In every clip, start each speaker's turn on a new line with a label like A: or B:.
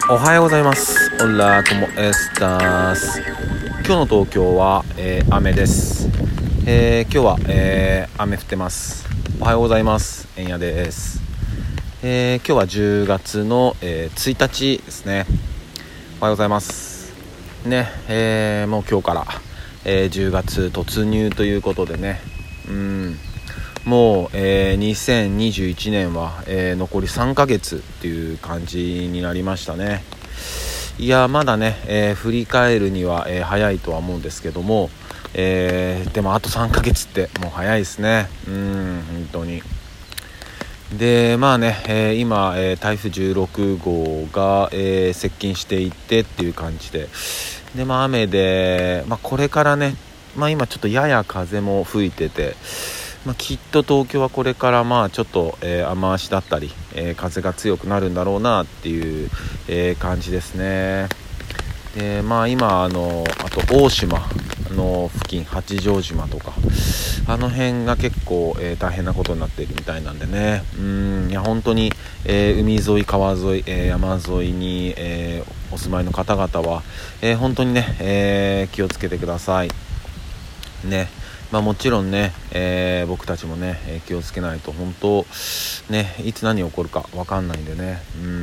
A: おはようございます。オラコモエスタス。今日の東京は、雨です。今日は、雨降ってます。おはようございます。えんやです。今日は10月の、1日ですね。おはようございますね。もう今日から、10月突入ということでね、もう、2021年は、残り3ヶ月っていう感じになりましたね。いやまだね、振り返るには、早いとは思うんですけども、でもあと3ヶ月ってもう早いですね。本当に。でまあね、今、台風16号が、接近していってっていう感じで、雨で、これからね、今ちょっとやや風も吹いてて、きっと東京はこれからちょっと、雨足だったり、風が強くなるんだろうなっていう、感じですね。で今あと大島の付近、八丈島とかあの辺が結構、大変なことになっているみたいなんでね。いや本当に、海沿い川沿い、山沿いに、お住まいの方々は、本当にね、気をつけてくださいね。もちろんね、僕たちもね、気をつけないと本当ね、いつ何起こるか分かんないんでね。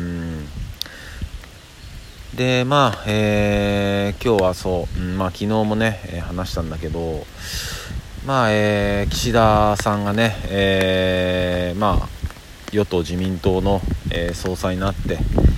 A: で今日はそう、昨日もね、話したんだけど、岸田さんがね、与党自民党の、総裁になって、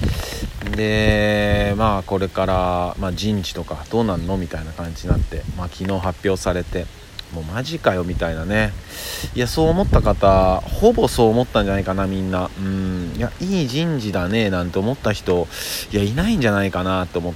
A: でこれから、人事とかどうなんのみたいな感じになって、昨日発表されて、もうマジかよみたいなね。いやそう思った方ほぼそう思ったんじゃないかな、みんな。いやいい人事だねなんて思った人いないんじゃないかなと思って。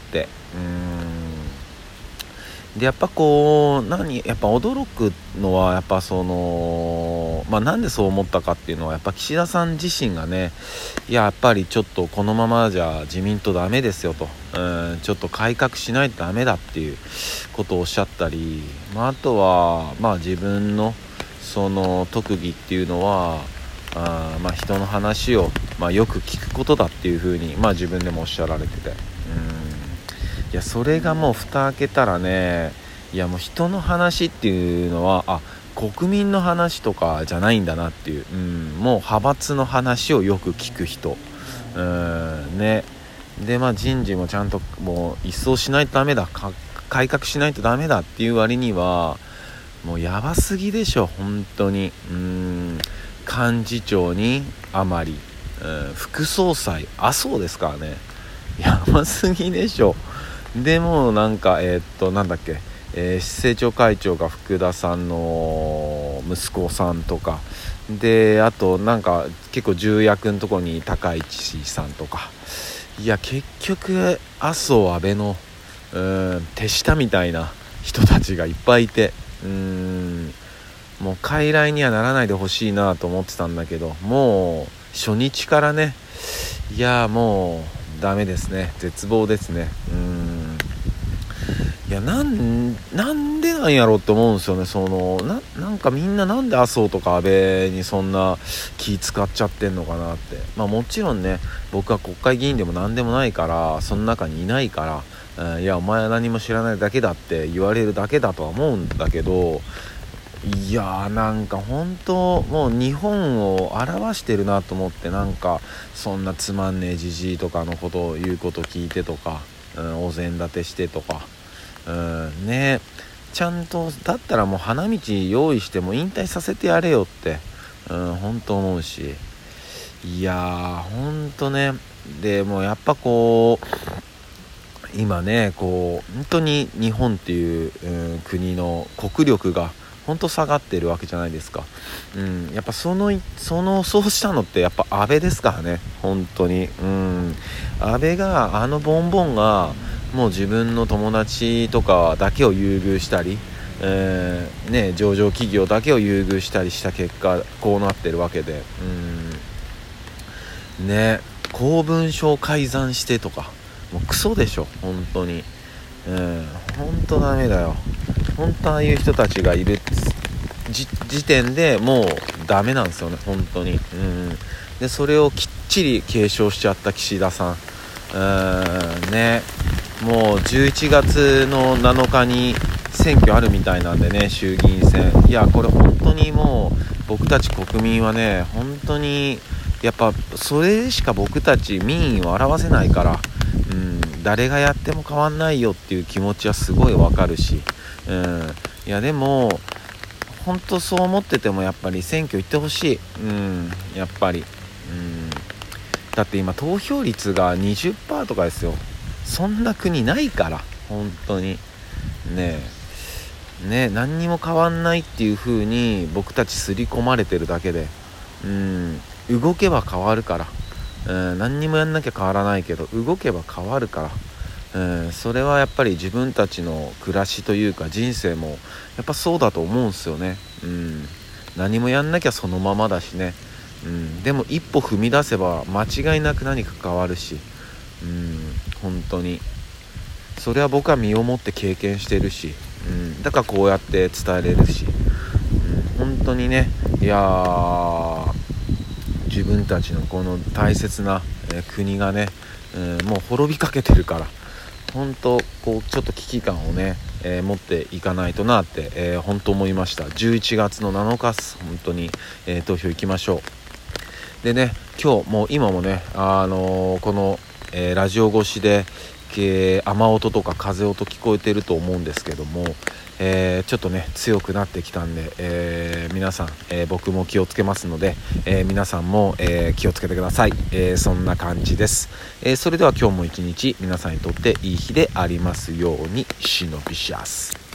A: でやっぱやっぱ驚くのはやっぱなんでそう思ったかっていうのは、やっぱ岸田さん自身がね、やっぱりちょっとこのままじゃ自民党ダメですよと、ちょっと改革しないとダメだっていうことをおっしゃったり、あとは自分のその特技っていうのは人の話を、よく聞くことだっていうふうに、自分でもおっしゃられてて、いやそれがもう蓋開けたらね、いやもう人の話っていうのは国民の話とかじゃないんだなっていう、もう派閥の話をよく聞く人、ね。で人事もちゃんともう一掃しないとダメだ、改革しないとダメだっていう割にはもうやばすぎでしょ本当に。幹事長に甘利、副総裁麻生ですからね。やばすぎでしょ。でもなんだっけ、政調会長が福田さんの息子さんとかで、あと結構重役のところに高市さんとか、いや結局麻生安倍の手下みたいな人たちがいっぱいいて、もう傀儡にはならないでほしいなと思ってたんだけど、もう初日からね、いやもうダメですね、絶望ですね。いやなんでなんやろうって思うんですよね。なんかみんななんで麻生とか安倍にそんな気使っちゃってんのかなって。もちろんね、僕は国会議員でもなんでもないから、その中にいないから、いやお前は何も知らないだけだって言われるだけだとは思うんだけど、いや本当もう日本を表してるなと思って。そんなつまんねえじじいとかのことを言うこと聞いてとか、お膳立てしてとか、ね、ちゃんとだったらもう花道用意しても引退させてやれよって、本当思うし、いやー本当ね。でもやっぱ今ね本当に日本っていう、国の国力が本当下がってるわけじゃないですか。やっぱそうしたのってやっぱ安倍ですからね本当に。安倍がボンボンがもう自分の友達とかだけを優遇したり、上場企業だけを優遇したりした結果こうなってるわけで、公文書改ざんしてとかもうクソでしょ本当に。本当ダメだよ本当。ああいう人たちがいる時点でもうダメなんですよね本当に。でそれをきっちり継承しちゃった岸田さん、 ね、もう11月の7日に選挙あるみたいなんでね、衆議院選。いやこれ本当にもう僕たち国民はね、本当にやっぱそれでしか僕たち民意を表せないから、誰がやっても変わんないよっていう気持ちはすごいわかるし、いやでも本当そう思っててもやっぱり選挙行ってほしい。やっぱりだって今投票率が 20% とかですよ。そんな国ないから本当にね何にも変わんないっていう風に僕たち刷り込まれてるだけで、動けば変わるから、何にもやんなきゃ変わらないけど動けば変わるから、それはやっぱり自分たちの暮らしというか人生もやっぱそうだと思うんすよね。何もやんなきゃそのままだしね。でも一歩踏み出せば間違いなく何か変わるし、本当にそれは僕は身をもって経験してるし、だからこうやって伝えれるし、本当にね、いやー自分たちのこの大切な、国がね、もう滅びかけてるから本当こうちょっと危機感をね、持っていかないとなって、本当思いました。11月の7日本当に、投票行きましょう。でね、今日もう今もね、この、ラジオ越しで、雨音とか風音聞こえてると思うんですけども、ちょっとね強くなってきたんで、皆さん、僕も気をつけますので、皆さんも、気をつけてください。そんな感じです。それでは今日も一日皆さんにとっていい日でありますように。シノビシャス。